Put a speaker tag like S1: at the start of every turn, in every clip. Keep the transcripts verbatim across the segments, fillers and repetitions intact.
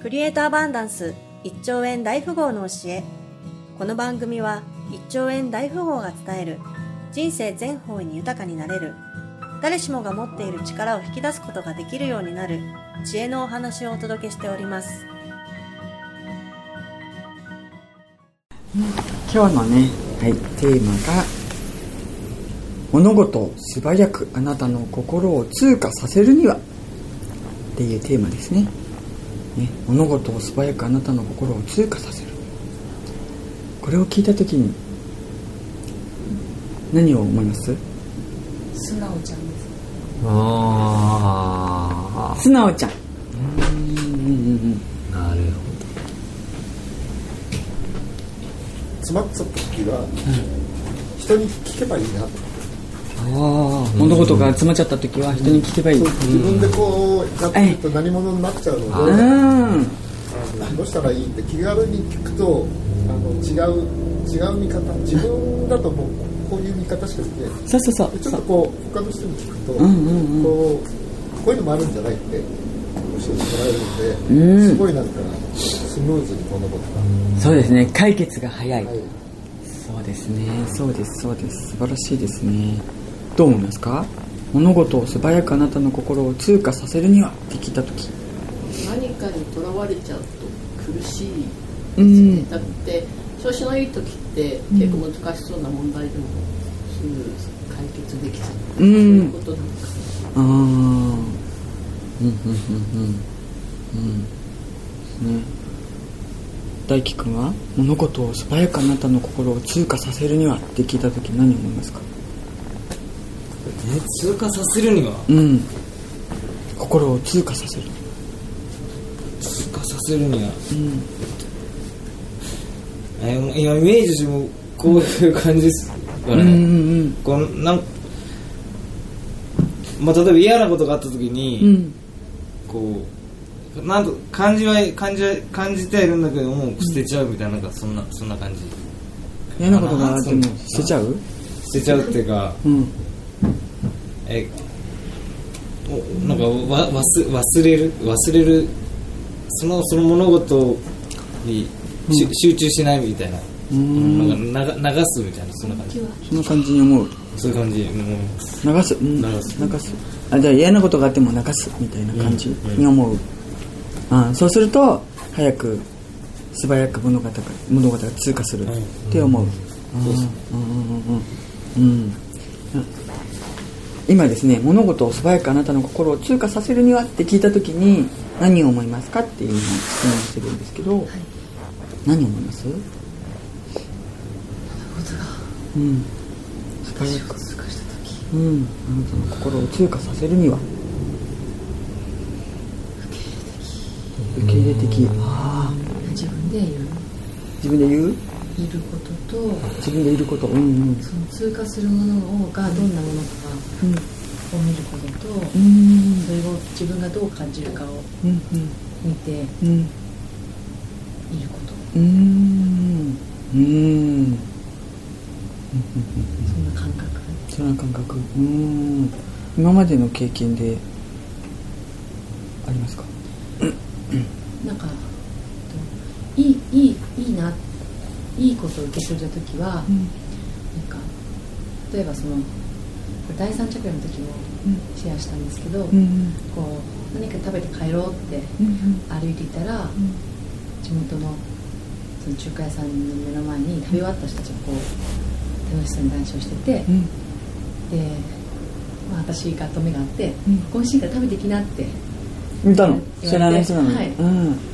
S1: クリエイトアバンダンスいっちょうえん大富豪の教え。この番組はいっちょうえん大富豪が伝える人生全方位に豊かになれる、誰しもが持っている力を引き出すことができるようになる知恵のお話をお届けしております。
S2: 今日のね、はい、テーマが物事を素早くあなたの心を通過させるにはっていうテーマですね。ね、物事を素早くあなたの心を通過させる。これを聞いたときに何を思います？
S3: 素直ちゃんです。
S4: ああ、
S2: 素直ちゃん。うんうんうん。
S4: なるほど。
S5: 詰まっちゃった時は、うん、人に聞けばいいなと。
S2: ああ、物事が詰まっちゃった時は人に聞けばいい。
S5: うん、自分でこうやってると何者になっちゃうので、うん、あのどうしたらいいって気軽に聞くと、あの違う違う見方、自分だともうこういう見方しかできない。
S2: そうそうそう。
S5: ちょっとこう他の人に聞くと、
S2: うんうんうん、
S5: こうこういうのもあるんじゃないって教えてもらえるので、うん、すごいなんかスムーズに物事が。
S2: そうですね。解決が早い。はい、そうですね。そうですそうです。素晴らしいですね。どう思いますか？物事を素早くあなたの心を通過させるにはって聞いたとき、
S3: 何かにとらわれちゃうと苦しいですね。うん、だって調子のいい時って結構難しそうな問題でもすぐ解決できちゃう、うん、そういうことなのかな。ああ、うんうんうん
S2: うんうんね。大輝くんは物事を素早くあなたの心を通過させるにはって聞いたとき何を思いますか？
S4: え通過させるには、
S2: うん、心を通過させる
S4: 通過させるには、うん、え今イメージしてもこういう感じですよね、うんうんうん、こうなんまあ、例えば嫌なことがあった時に、うん、こうなんと感じは感じは感じてはいるんだけども捨てちゃうみたいな、なんかそんなそんな感じ。
S2: 嫌なことがあっても捨てちゃう？
S4: 捨てちゃうっていうか、うん、えなんかわ忘忘れる忘れるそのその物事に、うん、集中しないみたいな、うん、なんか流すみたいな、そんな感じ。
S2: そんな感じに思う。
S4: そういう感じ、うん、
S2: 流す、うん、流す流す。あ、じゃあ嫌なことがあっても流すみたいな感じに思う。うんうん、あ、そうすると早く素早く物語が物語が通過するって思う。今ですね、物事を素早くあなたの心を通過させるにはって聞いたときに何を思いますかっていうのを質問してるんですけど、はい、何を思います？物
S3: 事が、
S2: うん、素早く通過したとき、うん、あなたの心を通過させるには受け入れ的。受け入れ的。ああ。
S3: 自分で言う。
S2: 自分で言う。
S3: いることと
S2: 自分でいること、うんうん、
S3: その通過するものがどんなものかを見ることと、うん、それを自分がどう感じるかを見ていること、うんうん、そんな感覚
S2: そんな感覚、うん、今までの経験でありますか？
S3: なんかいいいいいいないいことを受け取れたときは、うん、なんか例えばその第三チャクラの時もシェアしたんですけど、うん、こう何か食べて帰ろうって歩いていたら、うん、地元のその中華屋さんの目の前に食べ終わった人たちがこう楽しそうに談笑してて、うん、で、まあ、私が止めがあって、うん、美味しいから食べてきなって
S2: 見たの？知らない人なの？
S3: はい、うん、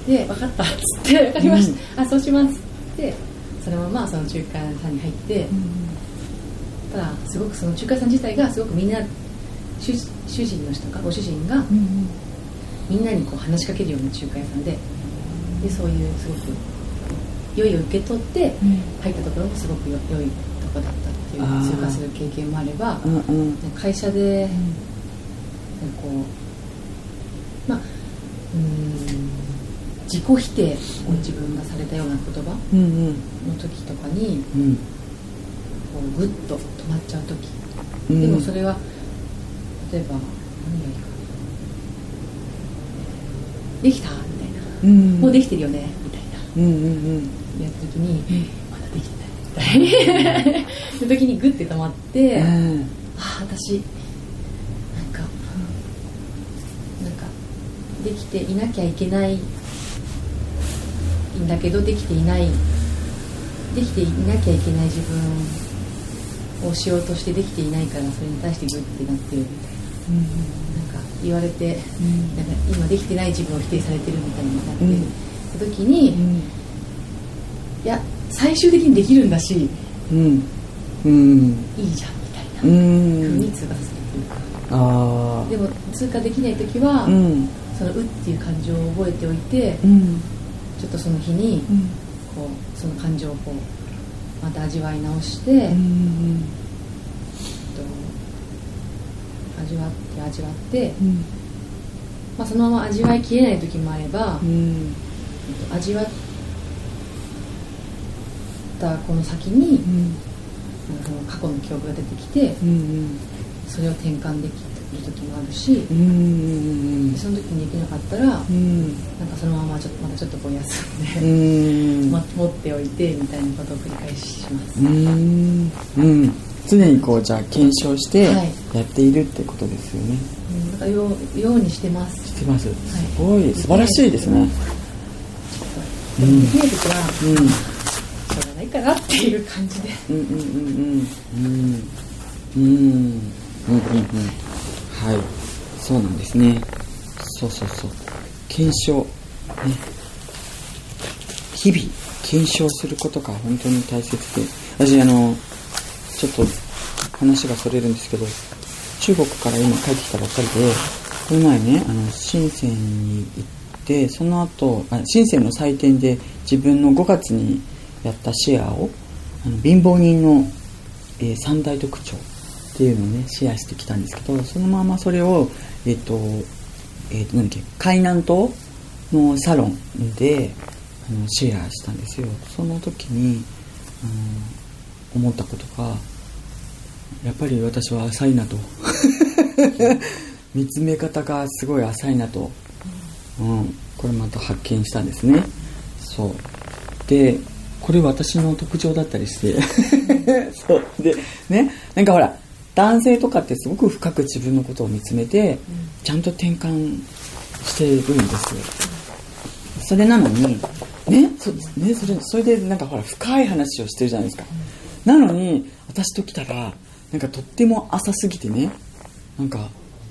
S3: で分かったっつって分かりました、うん、あそうしますってそのままその中華屋さんに入って、うん、ただすごくその中華屋さん自体がすごくみんな 主, 主人の人かご主人が、うん、みんなにこう話しかけるような中華屋さんで、でそういうすごく良いを受け取って入ったところもすごく良いところだったっていう通過する経験もあれば、うんうん、会社で、うん、こうまあうーん自己否定を自分がされたような言葉の時とかに、うん、こうグッと止まっちゃう時、うん、でもそれは例えば何がいいかな、できたみたいな、
S2: うん、
S3: もうできてるよねみたいな、
S2: うんうんうん、
S3: やった時に、うん、まだできてないみたいなその時にグッて止まって、うん、ああ私なんか、うん、なんかできていなきゃいけないんだけどできていないできていなきゃいけない自分をしようとしてできていないからそれに対してグッてなってるみたいな、うん、なんか言われて、うん、なんか今できてない自分を否定されてるみたいになって、うん、た時に、うん、いや最終的にできるんだし、うんうん、いいじゃんみたいな、うん、風に通過させるというか、あでも通過できない時は、うん、そのうっていう感情を覚えておいて、うん、ちょっとその日に、うん、こうその感情をこうまた味わい直して、うん、と味わって味わって、うんまあ、そのまま味わいきれない時もあれば、うん、味わったこの先に、うん、その過去の記憶が出てきて、うん、それを転換できる時もあるし、うん、その時にできなかったら、うん、なんかそのままちょっとまたちょっとこう休んで、うん、持っておいてみたいなことを繰り返します。
S2: うんうん、常にこうじゃあ検証してやっているってことですよね。
S3: はい、なんかよう、ようにしてます。
S2: してます。すごい、はい、素晴らしいですね。
S3: でもできない時は、うん、しょうがないかなっていう感じで。うんうんうんうん
S2: うんうんうんうんうんはい、そうなんですね。そうそうそう。検証ね。日々検証することが本当に大切で、私あのちょっと話がそれるんですけど、中国から今帰ってきたばっかりで、この前ね、あの深センに行って、その後あ深センの祭典で自分のごがつにやったシェアをあの貧乏人の、えー、三大特徴っていうのをねシェアしてきたんですけど、そのままそれをえっ、ー、とえっ、ー、となんだっけ海南島のサロンであのシェアしたんですよ。その時にあの思ったことが、やっぱり私は浅いなと見つめ方がすごい浅いなと、うん、これまた発見したんですね。そうでこれ私の特徴だったりしてそうでね、なんかほら男性とかってすごく深く自分のことを見つめて、うん、ちゃんと転換しているんですよ。それなのにね、そ, ね そ, れそれでなんかほら深い話をしてるじゃないですか。なのに私と来たらなんかとっても浅すぎてね、なんか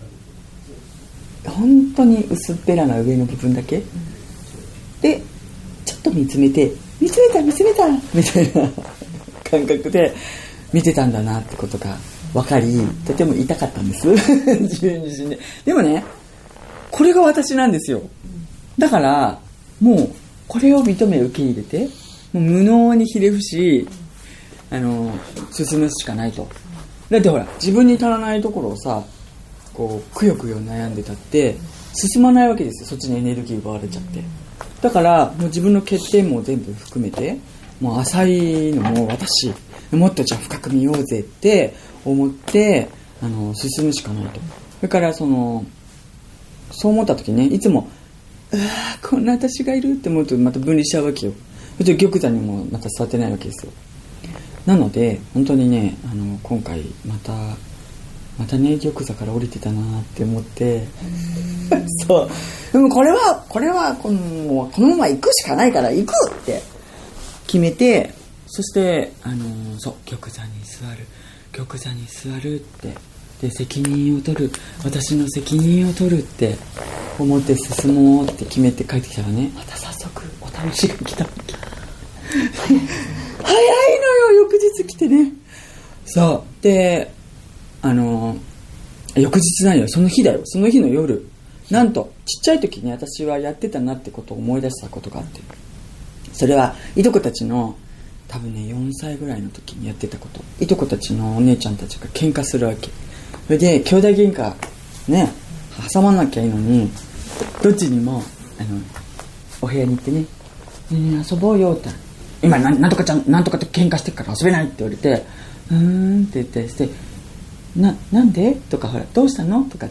S2: 本当に薄っぺらな上の部分だけ、うん、でちょっと見つめて見つめた見つめたみたいな感覚で見てたんだなってことが分かり、とても痛かったんです自分自身で。でもね、これが私なんですよ。だからもうこれを認め受け入れて、もう無能にひれ伏し、あの進むしかないと。だってほら自分に足らないところをさ、こうくよくよ悩んでたって進まないわけですよ。そっちにエネルギー奪われちゃって。だからもう自分の欠点も全部含めて、もう浅いのも私もっとじゃあ深く見ようぜって思ってあの進むしかないと。それからそのそう思った時ね、いつもうわーこんな私がいるって思うとまた分離しちゃうわけよ。それで玉座にもまた座ってないわけですよ。なので本当にね、あの今回またまたね玉座から降りてたなって思ってそうでもこれはこれはこのこのまま行くしかないから行くって決めて、そしてあのそう玉座に座る玉座に座るってで責任を取る、私の責任を取るって思って進もうって決めて帰ってきたらね、また早速お試しが来たわけ早いのよ、翌日来てね。そうであの翌日なんよ、その日だよ、その日の夜、なんとちっちゃい時に私はやってたなってことを思い出したことがあって、それはいとこたちの多分ねよんさいぐらいの時にやってたこと。いとこたちのお姉ちゃんたちが喧嘩するわけ。それで兄弟喧嘩ね挟まなきゃいいのに、どっちにもあのお部屋に行ってね、ね遊ぼうよって、今な ん, なんとかちゃんなんとかと喧嘩してるから遊べないって言われて、うーんって言ってしてな, なんでとかほらどうしたのとかって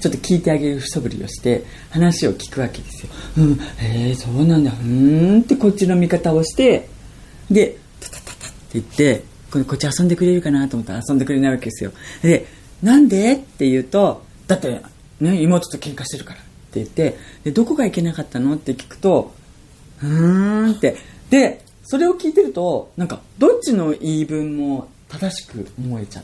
S2: ちょっと聞いてあげる素振りをして話を聞くわけですよ。うん、えー、そうなんだ、うーんってこっちの味方をして、でタタタタって言ってこっち遊んでくれるかなと思ったら遊んでくれないわけですよ。でなんでって言うと、だってね妹と喧嘩してるからって言って、でどこがいけなかったのって聞くと、うーんって、でそれを聞いてるとなんかどっちの言い分も正しく思えちゃって、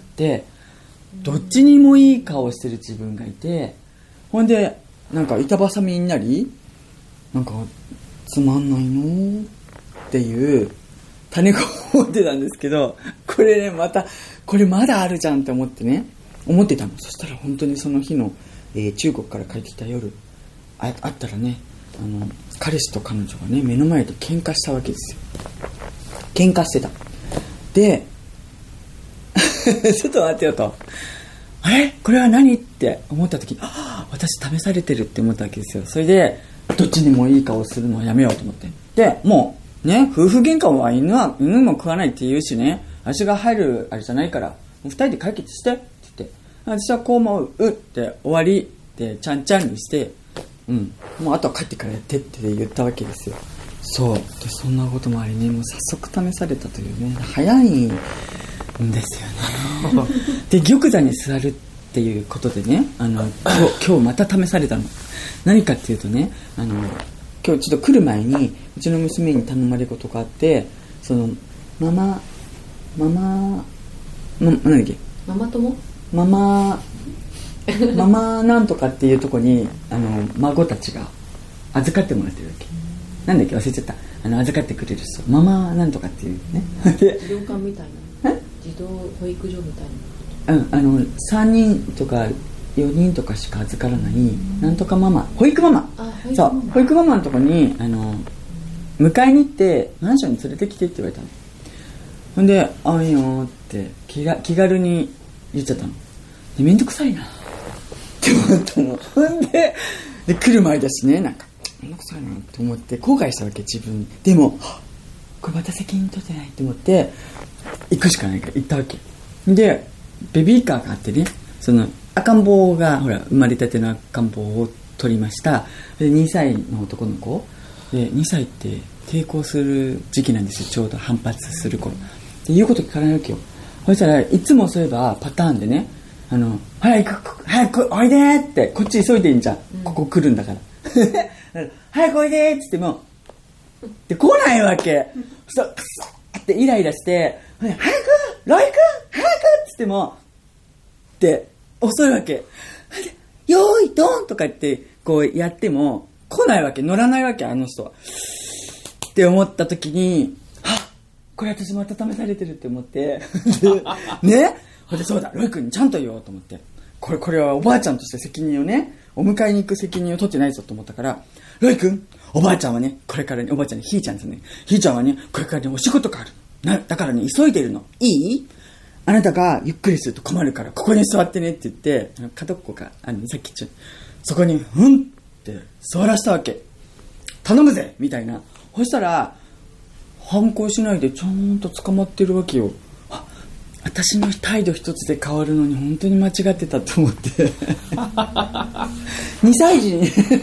S2: どっちにもいい顔してる自分がいて、ほんでなんか板挟みになり、なんかつまんないのっていう種子を持ってたんですけど、これねまたこれまだあるじゃんって思ってね思ってたの。そしたら本当にその日の、えー、中国から帰ってきた夜 あ, あったらね、あの彼氏と彼女がね目の前で喧嘩したわけですよ。喧嘩してた。でちょっと待ってよと、あれこれは何って思った時に、あ私試されてるって思ったわけですよ。それでどっちにもいい顔するのはやめようと思って、でもうね夫婦喧嘩は犬は犬も食わないって言うしね、私が入るあれじゃないからもう二人で解決してって言って、私はこう思うって終わりってちゃんちゃんにして、うんもうあとは帰ってからやってって言ったわけですよ。そうでそんなこともありね、もう早速試されたというね、早いんですよねで玉座に座るっていうことでね、あの 今, 日今日また試されたの。何かっていうとね、あの今日ちょっと来る前にうちの娘に頼まれることがあって、そのママママななんだっけ
S3: ママ友
S2: ママママなんとかっていうとこにあの孫たちが預かってもらってるわけ。なんだっけ忘れちゃった。あの預かってくれる人ママなんとかっていうね
S3: 児童館みたいな児童保育所みたいな、
S2: うん、あのさんにんとかよにんとかしか預からないなんとかママ、保育ママ、
S3: あ保育ママ、
S2: そう保育ママのとこにあの迎えに行ってマンションに連れてきてって言われたの。ほんでああいいよって気が気軽に言っちゃったので、めんどくさいなって思ったの。ほんでで来る前だしね、なんかめんどくさいなって思って後悔したわけ自分に。でもこれまた責任取ってないって思って行くしかないから行ったわけで、ベビーカーがあってね、その赤ん坊がほら生まれたての赤ん坊を取りました。でにさいの男の子で、にさいって抵抗する時期なんですよ、ちょうど反発する頃で、言うこと聞かないわけよ。そしたらいつもそういえばパターンでね、あの早く早くおいでってこっち急いでんじゃん、うん、ここ来るんだから早くおいでって言ってもで来ないわけ。そしたらクソってイライラして早くロイ君早くって言ってもって遅いわけ。よーいドンとか言ってこうやっても来ないわけ、乗らないわけあの人はって思った時に、はっこれ私また試されてるって思ってね、でそうだロイ君にちゃんと言おうと思って、これこれはおばあちゃんとして責任をね、お迎えに行く責任を取ってないぞと思ったから、ロイ君おばあちゃんはねこれからね、おばあちゃんねひーちゃんですね、ひーちゃんはねこれからねお仕事があるな、だからね急いでるのいい、あなたがゆっくりすると困るからここに座ってねって言って、あの角っこがあのさっきちょそこにふんって座らしたわけ。頼むぜみたいな。そしたら反抗しないでちゃんと捕まってるわけよ。あ、私の態度一つで変わるのに本当に間違ってたと思ってにさい児にそう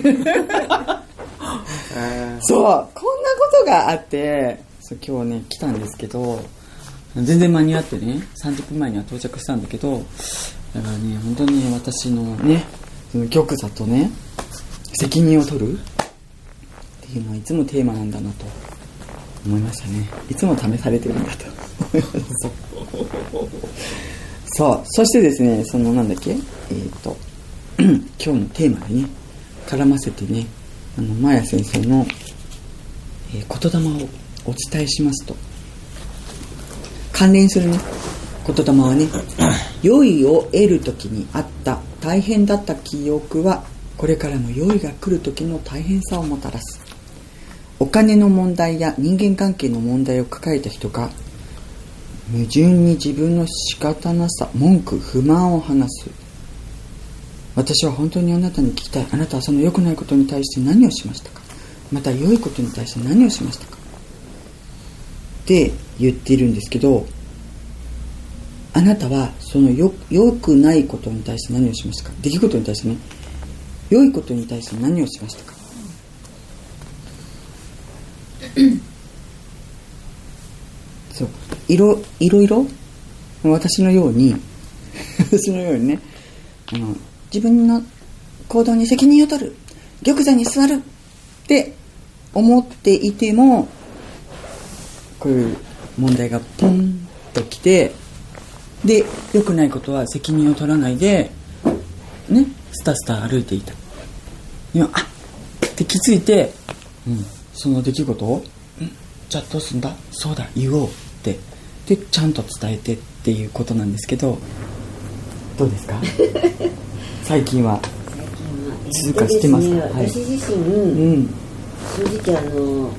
S2: こんなことがあって、そう今日ね来たんですけど、全然間に合ってねさんじゅっぷんまえには到着したんだけど、だからね本当に私のねその玉座とね責任を取るっていうのはいつもテーマなんだなと思いましたね。いつも試されてるんだと思いましたそうそしてですね、そのなんだっけえっ、ー、と今日のテーマでね絡ませてね、あのマヤ先生の、えー、言霊をお伝えしますと、関連するね言霊はね良いを得るときにあった大変だった記憶はこれからの良いが来るときの大変さをもたらす。お金の問題や人間関係の問題を抱えた人が矛盾に自分の仕方なさ、文句、不満を話す。私は本当にあなたに聞きたい。あなたはその良くないことに対して何をしましたか、また良いことに対して何をしましたかって言っているんですけど、あなたはそのよ良くないことに対して何をしましたか、出来事に対してね良いことに対して何をしましたか？そういろいろいろ私のように私のようにね、あの自分の行動に責任を取る、玉座に座るって思っていても、こういう問題がポンと来て、で良くないことは責任を取らないでね、スタスタ歩いていた。今あって気づいて、うん、その出来事を、んじゃあどうすんだ、そうだ言おうってでちゃんと伝えてっていうことなんですけど、どうですか？最近は通過してますか？
S6: ね、私自身、
S2: うん、
S6: 正直あの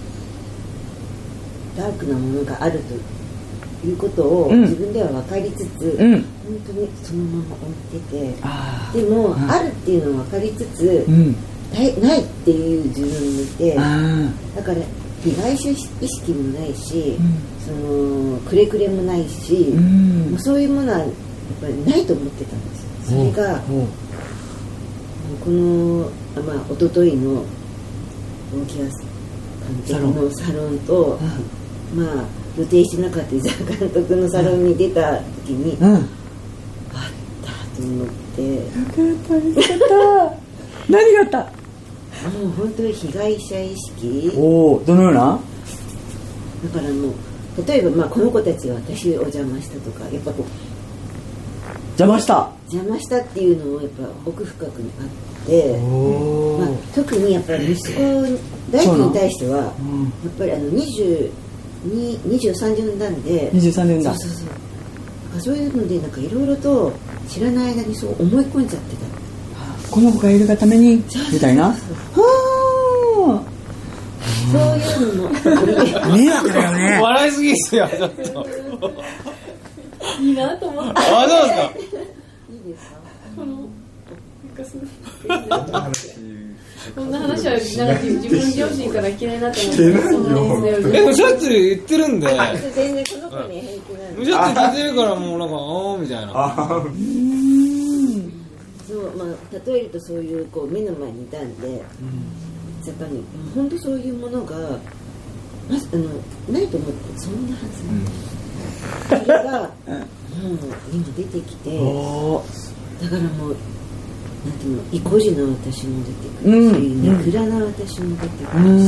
S6: ダークなものがあるということを自分では分かりつつ、うん、本当にそのまま置いてて、でも、うん、あるっていうのは分かりつつ、うん、ないっていう自分を見て、だから被害者意識もないし、うん、そのくれくれもないし、うん、もうそういうものはやっぱりないと思ってたんですよ。それがこの、まあ、一昨日の大木屋監督のサロンと、うん、まあ予定してなかった伊沢監督のサロンに出た時に、うん、あったと思って。よかったよか
S2: った何があった？
S6: もう本当に被害者意識。
S2: おお、どのような？
S6: だからもう例えば、まあ、この子たちが私をお邪魔したとか、やっぱこう
S2: 邪魔した
S6: 邪魔したっていうのをやっぱ奥深くにあって、まあ、特にやっぱり息子大輝に対しては、うん、やっぱりあのにじゅうさんで産んだんで
S2: にじゅうさんで産んだ、
S6: そうそうそう、なんかそういうのでなんかいろいろと知らない間にそう思い込んじゃってた。
S2: この子がいるがためにみたいな、
S6: はそういうのも
S2: 迷惑だよね。
S4: 笑いすぎですよちょっと
S3: いいなと思って。
S4: あ、そうですか。
S6: いいですか？
S3: このこんな話はなんか自分の両親から嫌いなと思って。
S4: でもしょっちゅう言ってるんで。
S6: 全然この子に平気なんで。
S4: しょっちゅう聞いてるからもうなんかあーみたいな。
S6: そう、まあ例えるとそういうこう目の前にいたんで、うん、やっぱり本当そういうものがまずあのないと思ってそんなはずない。うん、それがもう今出てきて、だからもうなんていうの、意固地の私も出てくるし、ネクラな私も出てくるし、うんうんうん、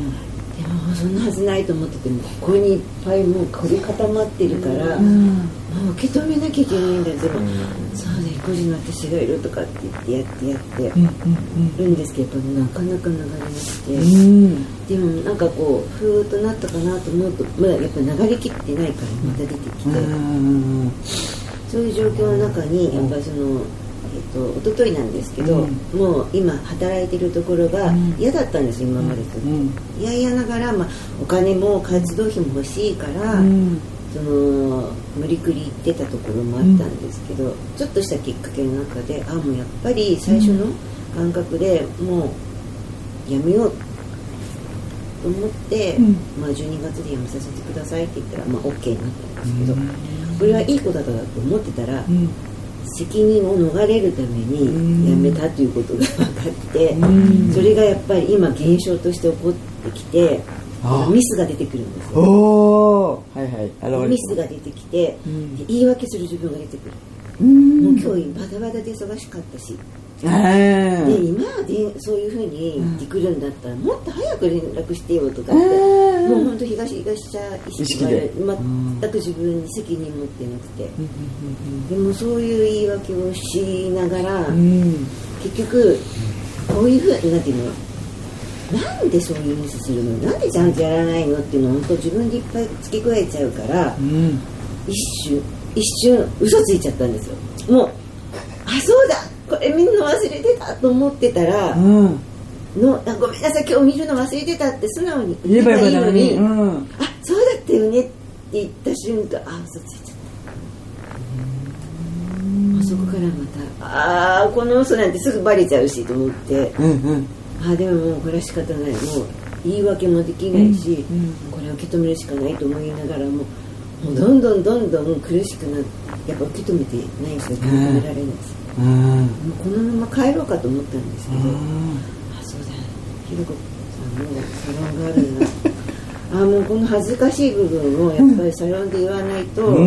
S6: でもそんなはずないと思っててもここにいっぱいもう凝り固まってるから、うん、もう受け止めなきゃいけないんだけど、うん、そうね、意固地の私がいるとかって言ってやってやってるんですけど、なかなか流れなくて、うん、でもなんかこうふーっとなったかなと思うとまだやっぱ流れきってないからまた出てきて、うん、そういう状況の中にやっぱりそのえっと、一昨日なんですけど、うん、もう今働いてるところが嫌だったんですよ、今までと、うん、いやいやながら、まあ、お金も活動費も欲しいから、うん、その無理くり行ってたところもあったんですけど、うん、ちょっとしたきっかけの中であもうやっぱり最初の感覚でもうやめようと思って、うん、まあ、じゅうにがつで辞めさせてくださいって言ったら、まあ、OK になったんですけど、うん、これはいい子だったと思ってたら、うん、責任を逃れるために辞めたということが分かって、うん、それがやっぱり今現象として起こってきてミスが出てくるんですよ。
S2: おー、はいはい、
S6: ミスが出てきて、うん、言い訳する自分が出てくる、うん、もう今日バタバタで忙しかったし、で今でそういうふうに言ってくるんだったら、うん、もっと早く連絡してよとかって、もう本当東東者意識が全く自分に責任持ってなくて、うん、でもそういう言い訳をしながら、うん、結局こういうふうになっていうのはなんでそういうミスするの、なんでちゃんとやらないのっていうのを本当自分でいっぱい付け加えちゃうから、うん、一瞬一瞬嘘ついちゃったんですよ。もうあそうだこれ見るの忘れてたと思ってたら、うん、のあごめんなさい今日見るの忘れてたって素直に言えばいいのに、うん、あそうだったよねって言った瞬間あ嘘ついちゃった、あそこからまたあこの嘘なんてすぐバレちゃうしと思って、うんうん、あでももうこれは仕方ない、もう言い訳もできないし、うんうん、これを受け止めるしかないと思いながらももうどんどんどんどん苦しくなってやっぱ受け止めてない人は受け止められないです、
S2: うん
S6: もうこのまま帰ろうかと思ったんですけど、あ、そうだ、ひろこさんもサロンがあるんだあ、もうこの恥ずかしい部分をやっぱりサロンで言わないと、うん、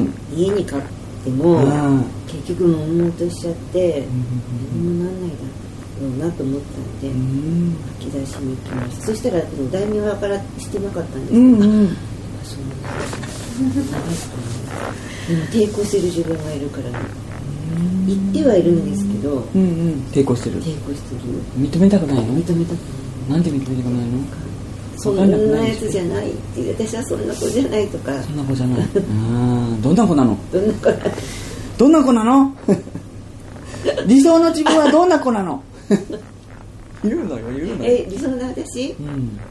S6: 家に帰っても、うん、結局悶々としちゃって、うん、何もなんないだろうなと思ったので、うん、吐き出しに行きました。そしたら大名側からしてなかったんですけど、うんうん、そうなんですでも抵抗してる自分がいるから、ね、言ってはいるんですけど、
S2: うんうん、抵抗してる
S6: 抵抗してる
S2: 認めたくないの？
S6: 認めたくない。
S2: なんで認めたくないの？
S6: そんなやつじゃないって私はそんな子じゃないとか。
S2: そんな子じゃないあどんな子なの？
S6: どんな子なの？
S2: どんな子なの？理想の自分はどんな子なの？いるのよ、いるのよ。
S6: え、理想の私、うん、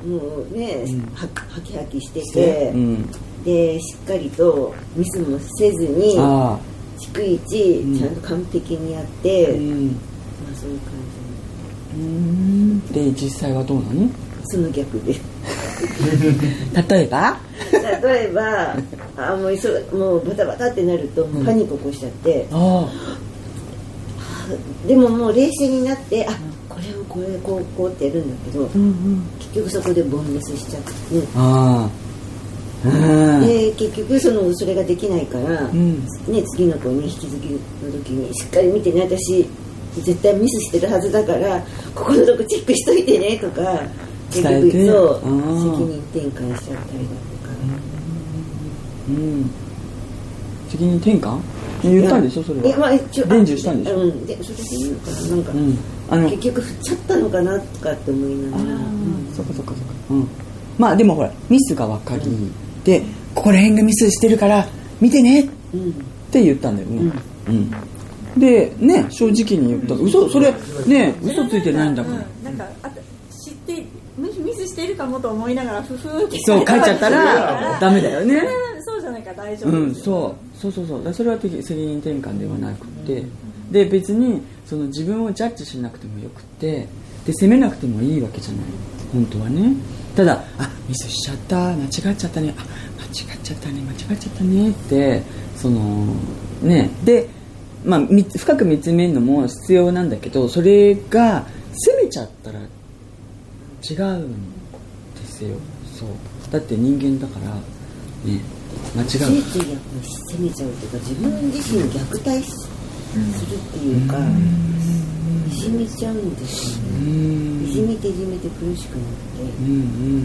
S6: もうね、うん、ははきはきしてて、うん、でしっかりとミスもせずに逐一、うん、ちゃんと完璧にやって、うん、まあそういう感
S2: じ。うんで実際はどうなの？
S6: その逆で
S2: 例えば
S6: 例えばあもうそもうバタバタってなるとパニック起こしちゃって、うん、あでももう冷静になってあこれをこれこうこうってやるんだけど、うんうん、結局そこでボンミスしちゃって、あで結局そのそれができないから、うんね、次の子に引き継ぎの時にしっかり見てね私絶対ミスしてるはずだからここのとこチェックしといてねとか結局そう責任転換しちゃったりだとか、
S2: うん、責任転換言ったんでしょそれは。いや、まあ、一応伝授したんでしょ。うん、でそれでいいのかななんか、うん、あの結局振っちゃったのかなとかって思いながら。あ、うん、そっかそっかそっか。うん。まあでもほらミスが分かり、うん、でここら辺がミスしてるから見てねって言ったんだよね。うん。うん、でね正直に言った。嘘それね嘘ついてないんだから。
S1: なんかあ知ってミスしているかもと思いながらふふって
S2: そう書いちゃったらダメだよね。
S1: そうじゃないから大丈夫、
S2: うん、そうそうそうそうだそれは責任転換ではなくて、うん、で別にその自分をジャッジしなくてもよくてで責めなくてもいいわけじゃない本当はね。ただあミスしちゃった間違っちゃったねあ間違っちゃったね間違っちゃったねってそのねで、まあ、深く見つめるのも必要なんだけどそれが責めちゃったら違うんですよ。そうだって人間だからね間違う。つい
S6: ついやっぱり責めちゃうというか自分自身を虐待するっていうか、うん、いじめちゃうんですよね、うん、いじめていじめて苦しくなって、うんうん、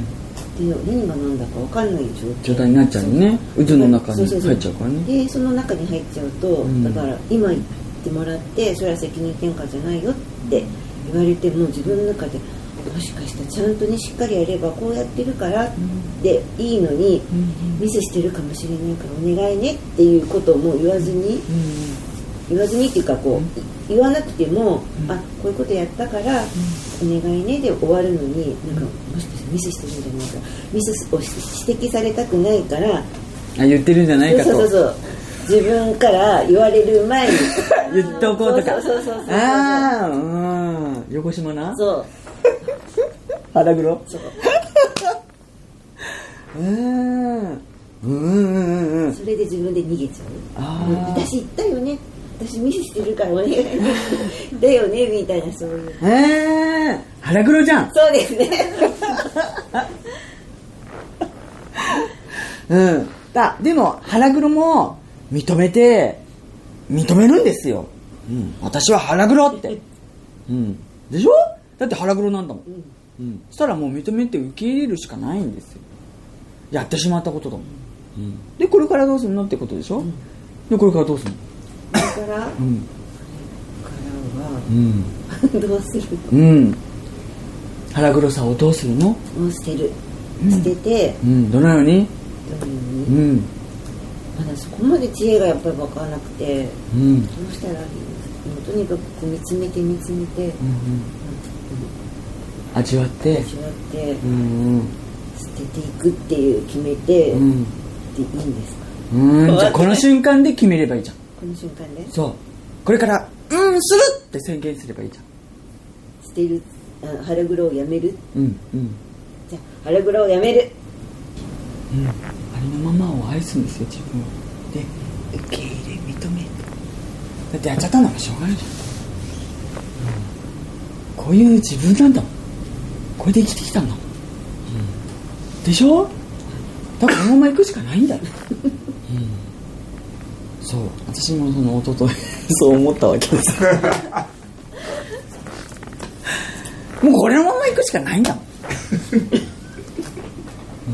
S6: で何が何だか分かんない
S2: 状態になっちゃうね。渦の中に入っちゃうからね。
S6: でその中に入っちゃうと、うん、だから今言ってもらってそれは責任転換じゃないよって言われても自分の中でもしかしたらちゃんとねしっかりやればこうやってるからでいいのに、うん、ミスしてるかもしれないからお願いねっていうことをもう言わずに、うん、言わずにっていうかこう、うん、言わなくても、うん、あこういうことやったから、うん、お願いねで終わるのになんかもしかしたらミスしてるんじゃないかミスを指摘されたくないからあ
S2: 言ってるんじゃないかと
S6: そうそうそう自分から言われる前に
S2: 言っておこうとか
S6: そうそうそうそうそう
S2: ああうん横島な
S6: そう
S2: 腹黒
S6: そう
S2: うんうんうんうん
S6: それで自分で逃げちゃうあ私言ったよね私ミスしてるからお願いねだよねみたいなそういう
S2: えー、腹黒じゃん
S6: そうですね
S2: うんだでも腹黒も認めて認めるんですよ、うん、私は腹黒って、うん、でしょだって腹黒なんだもん、うんうん、そしたらもう認めて受け入れるしかないんですよやってしまったことだもん、うん、でこれからどうするのってことでしょ、うん、でこれからどうするの
S6: これから、うん、これからは、うん、どうするの、
S2: うん、腹黒さをどうするの
S6: もう捨てる、うん、捨てて、
S2: うん、どのように
S6: どのように、うん、まだそこまで知恵がやっぱり分からなくて、うん、どうしたらいいのもうとにかくこう見つめて見つめて、うんうん
S2: 味わって
S6: 味わって、うんうん、捨てていくっていう決めて、うん、でいいんですか
S2: うんじゃあこの瞬間で決めればいいじゃん
S6: この瞬間で
S2: そうこれからうんするって宣言すればいいじゃん
S6: 捨てるあ腹黒をやめる
S2: うんうん
S6: じゃあ腹黒をやめる
S2: うんありのままを愛すんですよ自分をで受け入れ認めだってやっちゃったんだからしょうがないじゃん、うん、こういう自分なんだもん、これで生きてきたんだもん、うん、でしょ。だからこのまま行くしかないんだよ、うん、そう私もその弟そう思ったわけですもうこれのまま行くしかないんだもん、うん、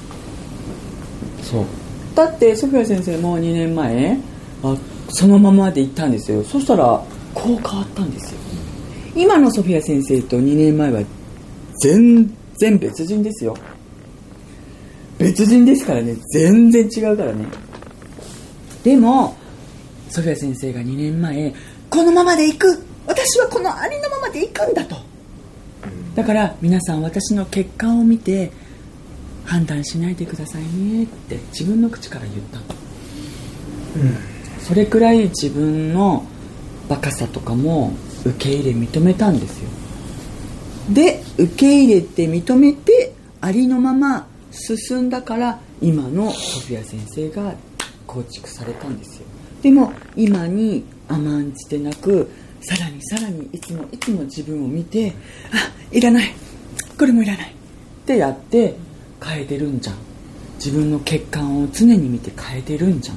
S2: そうだってソフィア先生もにねんまえあそのままで行ったんですよ。そしたらこう変わったんですよ。今のソフィア先生とにねんまえは全然別人ですよ。別人ですからね。全然違うからね。でもソフィア先生がにねんまえこのままで行く、私はこのありのままで行くんだと。だから皆さん私の結果を見て判断しないでくださいねって自分の口から言った、うん、それくらい自分のバカさとかも受け入れ認めたんですよ。で受け入れて認めてありのまま進んだから今のソフィア先生が構築されたんですよ。でも今に甘んじてなくさらにさらにいつもいつも自分を見て、あ、いらない、これもいらないってやって変えてるんじゃん。自分の欠陥を常に見て変えてるんじゃない。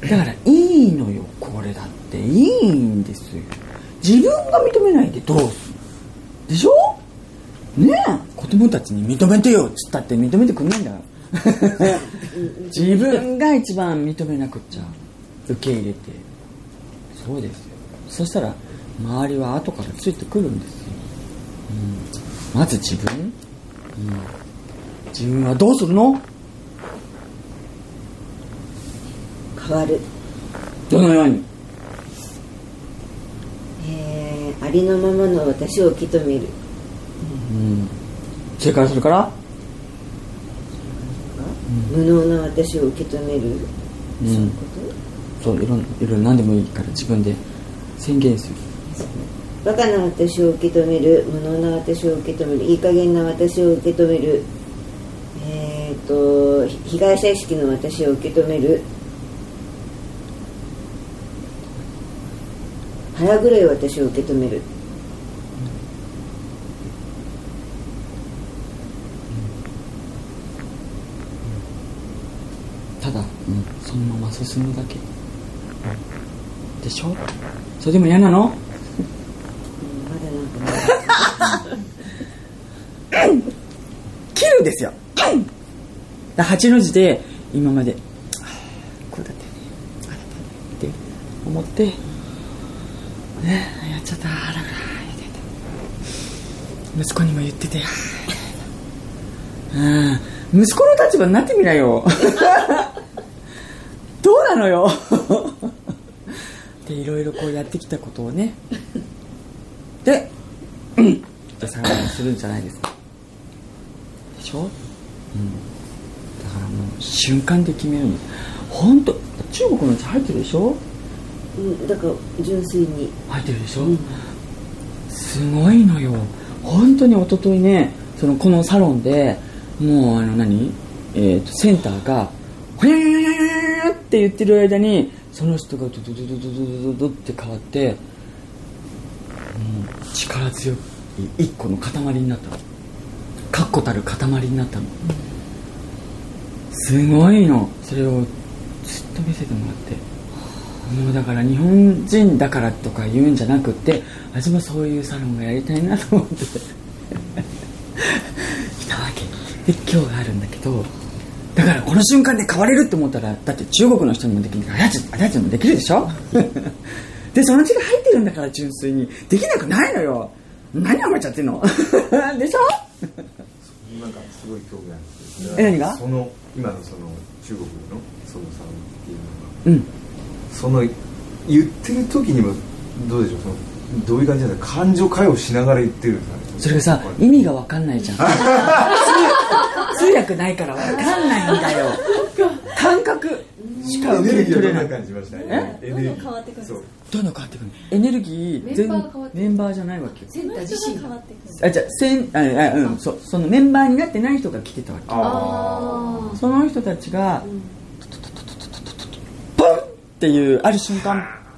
S2: だからいいのよ、これだっていいんですよ。自分が認めないでどうするでしょねえ。子供たちに認めてよっつったって認めてくんないんだよ自分が一番認めなくっちゃ、受け入れて、そうですよ。そしたら周りは後からついてくるんですよ、うん、まず自分、うん、自分はどうするの？
S6: 変わる。
S2: どのように？
S6: えー、ありのままの私を受け止める、
S2: うん、それからそれから、
S6: うん、無能な私を受け止める、うん、そういうこと？
S2: そう、いろいろ何でもいいから自分で宣言する。
S6: バカな私を受け止める、無能な私を受け止める、いい加減な私を受け止める、えーと被害者意識の私を受け止める、腹黒い私を受け止める、
S2: ただ、うん、そのまま進むだけでしょ。それでも嫌なの？ま
S6: だなんか
S2: 切るんですよ。はちの字で今までこうだってね、あだってって思って、ね、やっちゃった、あらら息子にも言ってて、うん、息子の立場になってみなよどうなのよでいろいろこうやってきたことをねで、うん、で参考にするんじゃないですか。でしょ、うん、だからもう瞬間で決めるの。本当中国のうち入ってるでしょ、
S6: うん、だから純粋に
S2: 入ってるでしょ、うん、すごいのよ本当に。一昨日ね、そのこのサロンでもうあの何、えー、とセンターがほにゃにゃにゃにゃにゃって言ってる間にその人がドドドドドドドドって変わって、もう力強い一個の塊になったの。確固たる塊になったの、うん、すごいの。それをずっと見せてもらって、もうだから日本人だからとか言うんじゃなくって、私もそういうサロンがやりたいなと思って来たわけで、今日があるんだけど、だからこの瞬間で変われるって思ったら、だって中国の人にもできるから、あやちあやちにもできるでしょでその血が入ってるんだから、純粋にできなくないのよ。何甘えちゃってんのでしょ
S7: なんかすごい興味あるんですけど、
S2: え、何が？
S7: その今のその中国のそのサロンっていうのが、
S2: うん、
S7: その言ってる時にもどうでしょう、そのどういう感じなんですか？感情会話しながら言ってるんですかね。
S2: それがさ、意味が分かんないじゃん通訳ないから分かんないんだよ感覚しか受け取れない。
S7: 感じましたね。
S1: え？どんどん変わってくるんですか？
S2: どんどん変わってくる。エネルギー全メンバーじゃないわけよ。
S3: センター自身
S1: 変わってくる。
S2: あ、じゃあセンああ、うん、そそのメンバーになってない人が来てたわけ。
S3: あ
S2: その人たちが、うん、ポンっていうある瞬間、ポ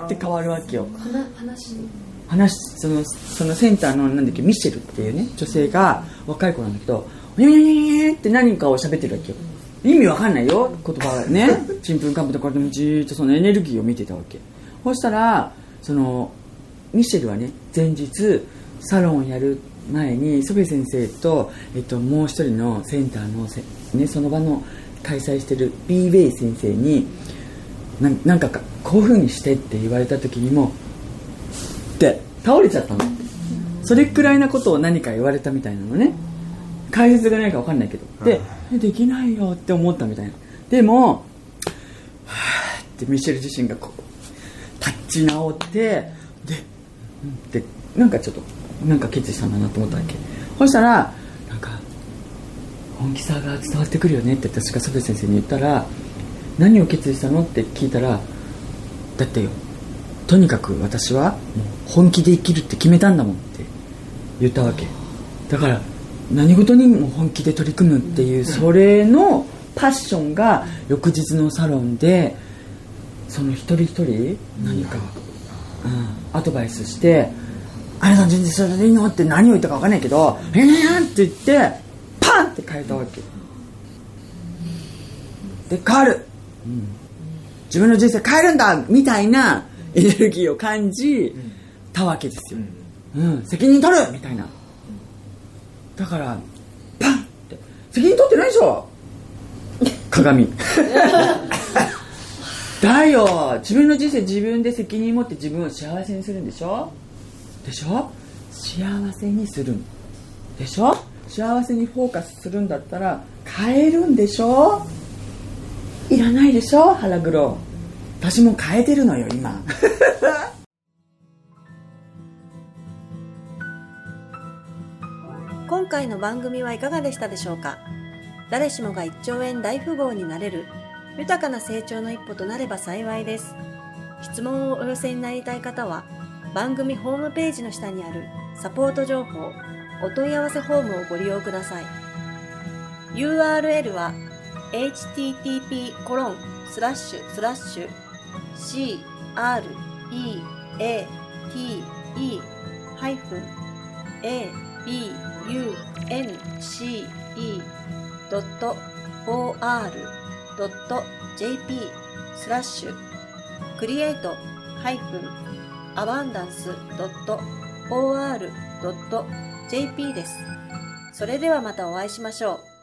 S2: って変わるわけよ。
S3: 話話
S2: 話そのそのセンターのなんだっけミシェルっていうね女性が若い子なんだけどニャニャニャニャって何かを喋ってるわけよ。意味わかんないよ言葉がねちんぷんかんぷんとこれでもじーっとそのエネルギーを見てたわけ。そしたらそのミシェルはね前日サロンをやる前にソフェ先生と、えっと、もう一人のセンターのせ、ね、その場の開催してる ビー ウェイ先生にななんかこういう風にしてって言われた時にもって倒れちゃったの。それくらいなことを何か言われたみたいなのね。解説がないか分かんないけどでできないよって思ったみたいな。でもはぁってミシェル自身がこう立ち直ってででなんかちょっとなんか決意したんだなと思ったわけ。そしたらなんか本気さが伝わってくるよねって私がソフェ先生に言ったら何を決意したのって聞いたらだってよとにかく私はもう本気で生きるって決めたんだもんって言ったわけ。だから何事にも本気で取り組むっていうそれのパッションが翌日のサロンでその一人一人何か、うん、アドバイスしてあれさん全然それでいいのって何を言ったか分かんないけどえーって言ってパンって変えたわけで変わる、うん、自分の人生変えるんだみたいなエネルギーを感じたわけですよ、うん、責任取るみたいな。だからパンって責任取ってないでしょ鏡だよ自分の人生自分で責任持って自分を幸せにするんでしょでしょ幸せにするんでしょ幸せにフォーカスするんだったら変えるんでしょいらないでしょ腹黒私も変えてるのよ今
S1: 今回の番組はいかがでしたでしょうか。誰しもがいっちょうえん大富豪になれる豊かな成長の一歩となれば幸いです。質問をお寄せになりたい方は番組ホームページの下にあるサポート情報お問い合わせフォームをご利用ください。 ユーアールエル は エイチティーティーピーコロンスラッシュスラッシュシーアールイーエーティーイーハイフンエービーユーエヌシーイードットオーアールドットジェーピースラッシュクリエイトハイフンアバンダンスドットオーアールドットジェーピーです。それではまたお会いしましょう。